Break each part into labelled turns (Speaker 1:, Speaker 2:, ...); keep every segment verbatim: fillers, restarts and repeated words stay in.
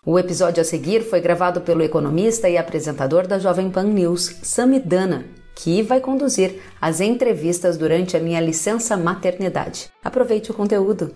Speaker 1: O episódio a seguir foi gravado pelo economista e apresentador da Jovem Pan News, Samidana, que vai conduzir as entrevistas durante a minha licença maternidade. Aproveite o conteúdo.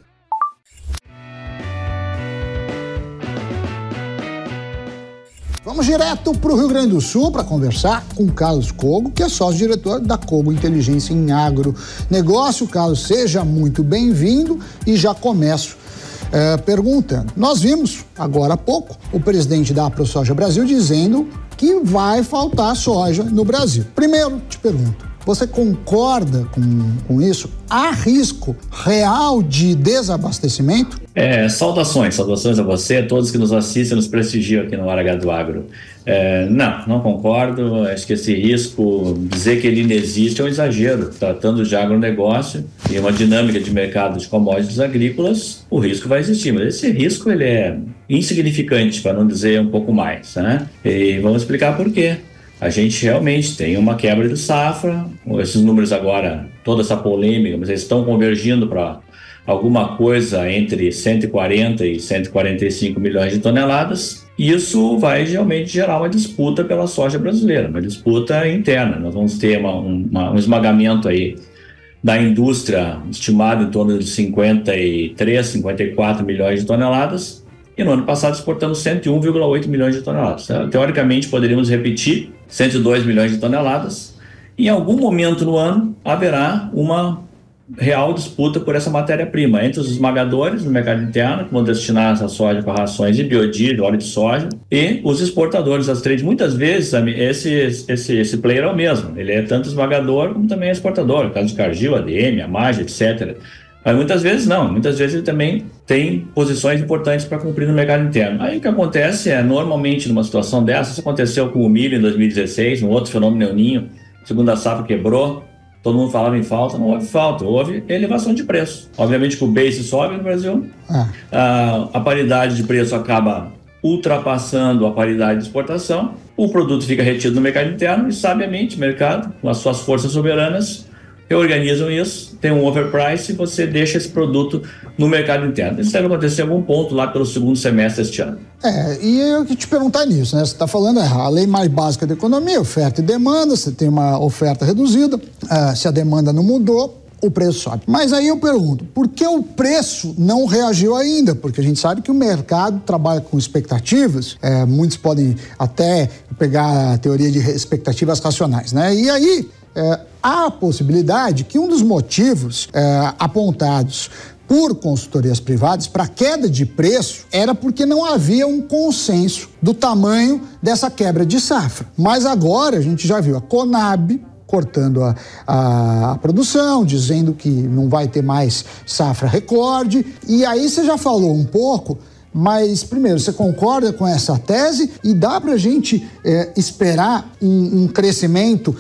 Speaker 2: Vamos direto para o Rio Grande do Sul para conversar com Carlos Cogo, que é sócio-diretor da Cogo Inteligência em Agronegócio. Carlos, seja muito bem-vindo e já começo é, perguntando. Nós vimos, agora há pouco, o presidente da AproSoja Brasil dizendo que vai faltar soja no Brasil. Primeiro, te pergunto, você concorda com, com isso? Há risco real de desabastecimento?
Speaker 3: É, saudações, saudações a você, a todos que nos assistem, nos prestigiam aqui no Hora H do Agro. É, não, não concordo, acho que esse risco, dizer que ele inexiste é um exagero. Tratando de agronegócio e uma dinâmica de mercado de commodities agrícolas, o risco vai existir, mas esse risco ele é insignificante, para não dizer um pouco mais, né? E vamos explicar por quê. A gente realmente tem uma quebra de safra, esses números agora, toda essa polêmica, mas eles estão convergindo para alguma coisa entre cento e quarenta e cento e quarenta e cinco milhões de toneladas. Isso vai realmente gerar uma disputa pela soja brasileira, uma disputa interna. Nós vamos ter uma, uma, um esmagamento aí da indústria estimado em torno de cinquenta e três, cinquenta e quatro milhões de toneladas, e no ano passado exportamos cento e um vírgula oito milhões de toneladas. Teoricamente, poderíamos repetir cento e dois milhões de toneladas. Em algum momento no ano, haverá uma real disputa por essa matéria-prima entre os esmagadores no mercado interno, que vão destinar essa soja para rações de biodiesel, óleo de soja, e os exportadores, as trades. Muitas vezes, esse, esse, esse player é o mesmo. Ele é tanto esmagador como também exportador. No caso de Cargill, A D M, a Mage, etcétera. Mas muitas vezes não, muitas vezes ele também tem posições importantes para cumprir no mercado interno. Aí o que acontece é, normalmente numa situação dessa, isso aconteceu com o milho em dois mil e dezesseis, um outro fenômeno El Niño, segunda safra quebrou, todo mundo falava em falta, não houve falta, houve elevação de preço. Obviamente que o base sobe no Brasil, ah. a, a paridade de preço acaba ultrapassando a paridade de exportação, o produto fica retido no mercado interno e, sabiamente, o mercado, com as suas forças soberanas, reorganizam isso, tem um overprice e você deixa esse produto no mercado interno. Isso deve acontecer em algum ponto lá pelo segundo semestre deste ano.
Speaker 2: É, e eu que te perguntar nisso, né? Você está falando é, a lei mais básica da economia, oferta e demanda, você tem uma oferta reduzida, uh, se a demanda não mudou, o preço sobe. Mas aí eu pergunto, por que o preço não reagiu ainda? Porque a gente sabe que o mercado trabalha com expectativas, é, muitos podem até pegar a teoria de expectativas racionais, né? E aí, é, há a possibilidade que um dos motivos é, apontados por consultorias privadas para a queda de preço era porque não havia um consenso do tamanho dessa quebra de safra. Mas agora a gente já viu a Conab cortando a, a, a produção, dizendo que não vai ter mais safra recorde. E aí você já falou um pouco, mas primeiro, você concorda com essa tese e dá para a gente é, esperar um, um crescimento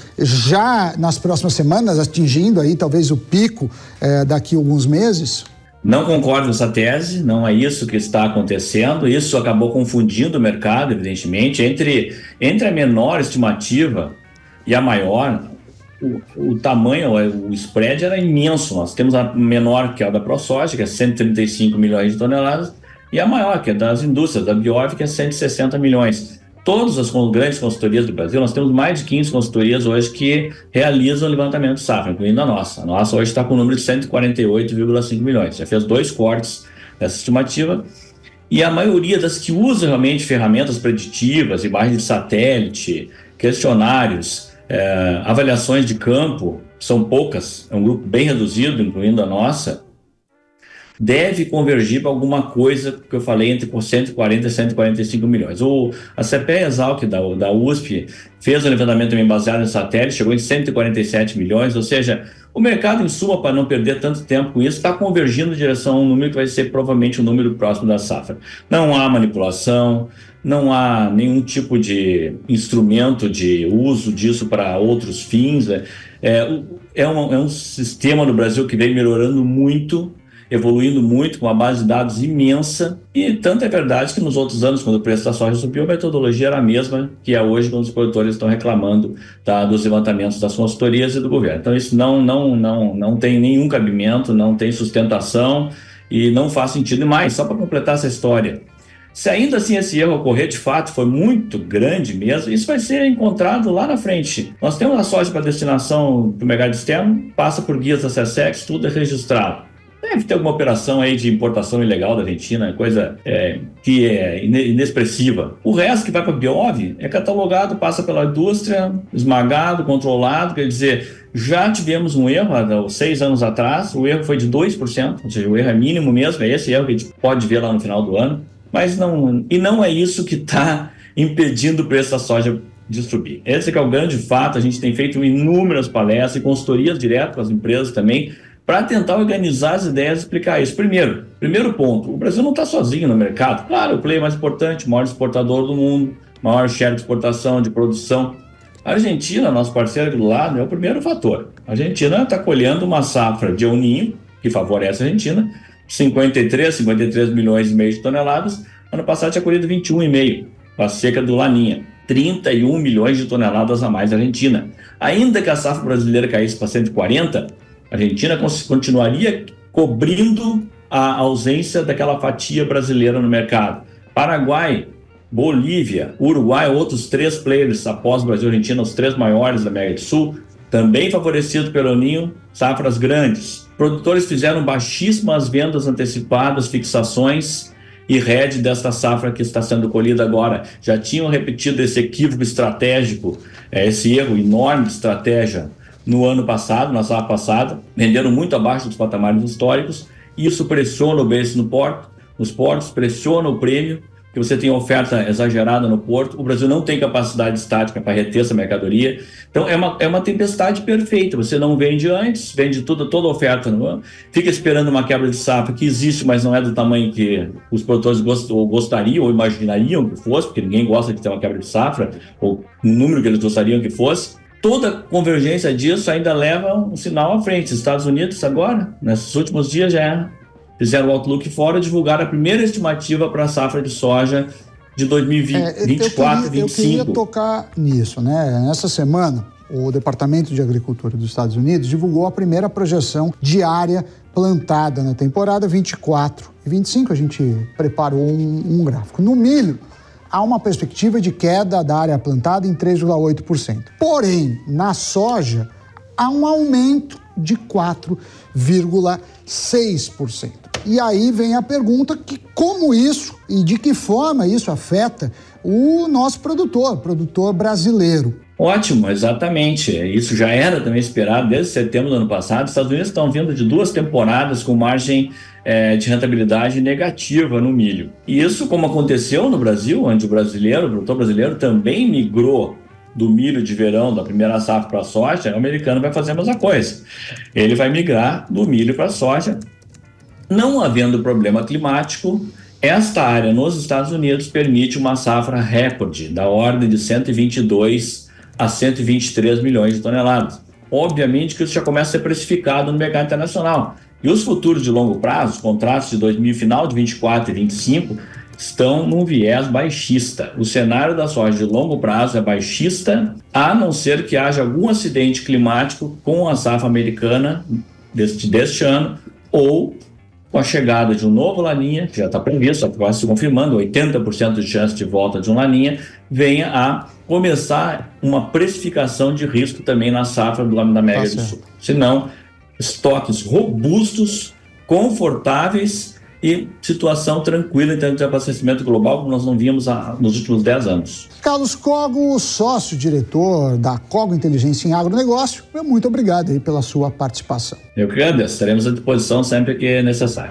Speaker 2: já nas próximas semanas, atingindo aí talvez o pico é, daqui a alguns meses?
Speaker 3: Não concordo com essa tese, não é isso que está acontecendo. Isso acabou confundindo o mercado, evidentemente, entre, entre a menor estimativa e a maior. O, o tamanho, o spread era imenso. Nós temos a menor, que é a da ProSoja, que é cento e trinta e cinco milhões de toneladas, e a maior, que é das indústrias, da Biof, que é cento e sessenta milhões. Todas as grandes consultorias do Brasil, nós temos mais de quinze consultorias hoje que realizam levantamento de safra, incluindo a nossa. A nossa hoje está com o número de cento e quarenta e oito vírgula cinco milhões. Já fez dois cortes dessa estimativa. E a maioria das que usam realmente ferramentas preditivas, imagens de satélite, questionários, é, avaliações de campo, são poucas, é um grupo bem reduzido, incluindo a nossa, deve convergir para alguma coisa que eu falei entre cento e quarenta e cento e quarenta e cinco milhões. O, a C P E Exalc da, da U S P fez um levantamento também baseado em satélite, chegou em cento e quarenta e sete milhões, ou seja, o mercado, em suma, para não perder tanto tempo com isso, está convergindo em direção a um número que vai ser provavelmente um número próximo da safra. Não há manipulação, não há nenhum tipo de instrumento de uso disso para outros fins. É, é, um, é um sistema no Brasil que vem melhorando muito, evoluindo muito, com uma base de dados imensa, e tanto é verdade que nos outros anos, quando o preço da soja subiu, a metodologia era a mesma que é hoje, quando os produtores estão reclamando, tá, dos levantamentos das consultorias e do governo. Então isso não, não, não, não tem nenhum cabimento, não tem sustentação e não faz sentido. E mais, só para completar essa história, Se ainda assim esse erro ocorrer, de fato, foi muito grande mesmo, isso vai ser encontrado lá na frente. Nós temos a soja para destinação para o mercado externo, passa por guias da SESEX, tudo é registrado. Deve ter alguma operação aí de importação ilegal da Argentina, coisa é, que é inexpressiva. O resto que vai para a Biov é catalogado, passa pela indústria, esmagado, controlado, quer dizer, já tivemos um erro há seis anos atrás, o erro foi de dois por cento, ou seja, o erro é mínimo mesmo, é esse erro que a gente pode ver lá no final do ano, mas não, e não é isso que está impedindo o preço da soja de subir. Esse que é o grande fato, a gente tem feito inúmeras palestras e consultorias direto com as empresas também, para tentar organizar as ideias e explicar isso. Primeiro, primeiro ponto, o Brasil não está sozinho no mercado. Claro, o player mais importante, o maior exportador do mundo, maior share de exportação, de produção. A Argentina, nosso parceiro aqui do lado, é o primeiro fator. A Argentina está colhendo uma safra de El Niño, que favorece a Argentina, cinquenta e três, cinquenta e três milhões e meio de toneladas. Ano passado tinha colhido vinte e um vírgula cinco, com a seca do Laninha. trinta e um milhões de toneladas a mais da Argentina. Ainda que a safra brasileira caísse para cento e quarenta, a Argentina continuaria cobrindo a ausência daquela fatia brasileira no mercado. Paraguai, Bolívia, Uruguai, outros três players após Brasil e Argentina, os três maiores da América do Sul, também favorecidos pelo El Niño, safras grandes. Produtores fizeram baixíssimas vendas antecipadas, fixações e hedge desta safra que está sendo colhida agora. Já tinham repetido esse equívoco estratégico, esse erro enorme de estratégia no ano passado, na safra passada, venderam muito abaixo dos patamares históricos. Isso pressiona o preço no porto, nos portos, pressiona o prêmio, que você tem oferta exagerada no porto. O Brasil não tem capacidade estática para reter essa mercadoria. Então é uma, é uma tempestade perfeita. Você não vende antes, vende tudo, toda a oferta no ano, fica esperando uma quebra de safra que existe, mas não é do tamanho que os produtores gost, ou gostariam ou imaginariam que fosse, porque ninguém gosta de ter uma quebra de safra, ou o número que eles gostariam que fosse. Toda convergência disso ainda leva um sinal à frente. Os Estados Unidos agora, nesses últimos dias, já fizeram o Outlook fora e divulgaram a primeira estimativa para a safra de soja de dois mil e vinte e quatro, vinte e cinco.
Speaker 2: Eu queria tocar nisso, né? Nessa semana, o Departamento de Agricultura dos Estados Unidos divulgou a primeira projeção de área plantada na temporada vinte e quatro e vinte e cinco. A gente preparou um, um gráfico. No milho, há uma perspectiva de queda da área plantada em três vírgula oito por cento. Porém, na soja, há um aumento de quatro vírgula seis por cento. E aí vem a pergunta que como isso e de que forma isso afeta o nosso produtor, produtor brasileiro.
Speaker 3: Ótimo, exatamente. Isso já era também esperado desde setembro do ano passado. Os Estados Unidos estão vindo de duas temporadas com margem é, de rentabilidade negativa no milho. E isso, como aconteceu no Brasil, onde o brasileiro, o produtor brasileiro também migrou do milho de verão, da primeira safra para a soja, o americano vai fazer a mesma coisa. Ele vai migrar do milho para a soja. Não havendo problema climático, esta área nos Estados Unidos permite uma safra recorde da ordem de cento e vinte e dois a cento e vinte e três milhões de toneladas. Obviamente que isso já começa a ser precificado no mercado internacional. E os futuros de longo prazo, os contratos de dois mil, final de vinte e quatro e vinte e cinco, estão num viés baixista. O cenário da soja de longo prazo é baixista, a não ser que haja algum acidente climático com a safra americana deste, deste ano, ou com a chegada de um novo Laninha, que já está previsto, vai se confirmando, oitenta por cento de chance de volta de um Laninha, venha a começar uma precificação de risco também na safra do da América do Sul. Senão, estoques robustos, confortáveis e situação tranquila em termos de abastecimento global, como nós não vimos há, nos últimos dez anos.
Speaker 2: Carlos Cogo, sócio-diretor da Cogo Inteligência em Agronegócio, muito obrigado aí pela sua participação.
Speaker 3: Eu que agradeço, estaremos à disposição sempre que necessário.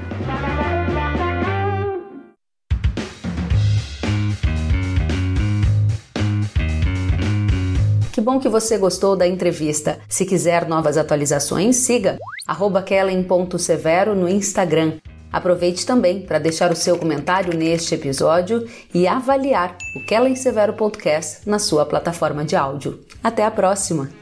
Speaker 1: Que bom que você gostou da entrevista. Se quiser novas atualizações, siga arroba kellen ponto severo no Instagram. Aproveite também para deixar o seu comentário neste episódio e avaliar o Kellen Severo Podcast na sua plataforma de áudio. Até a próxima!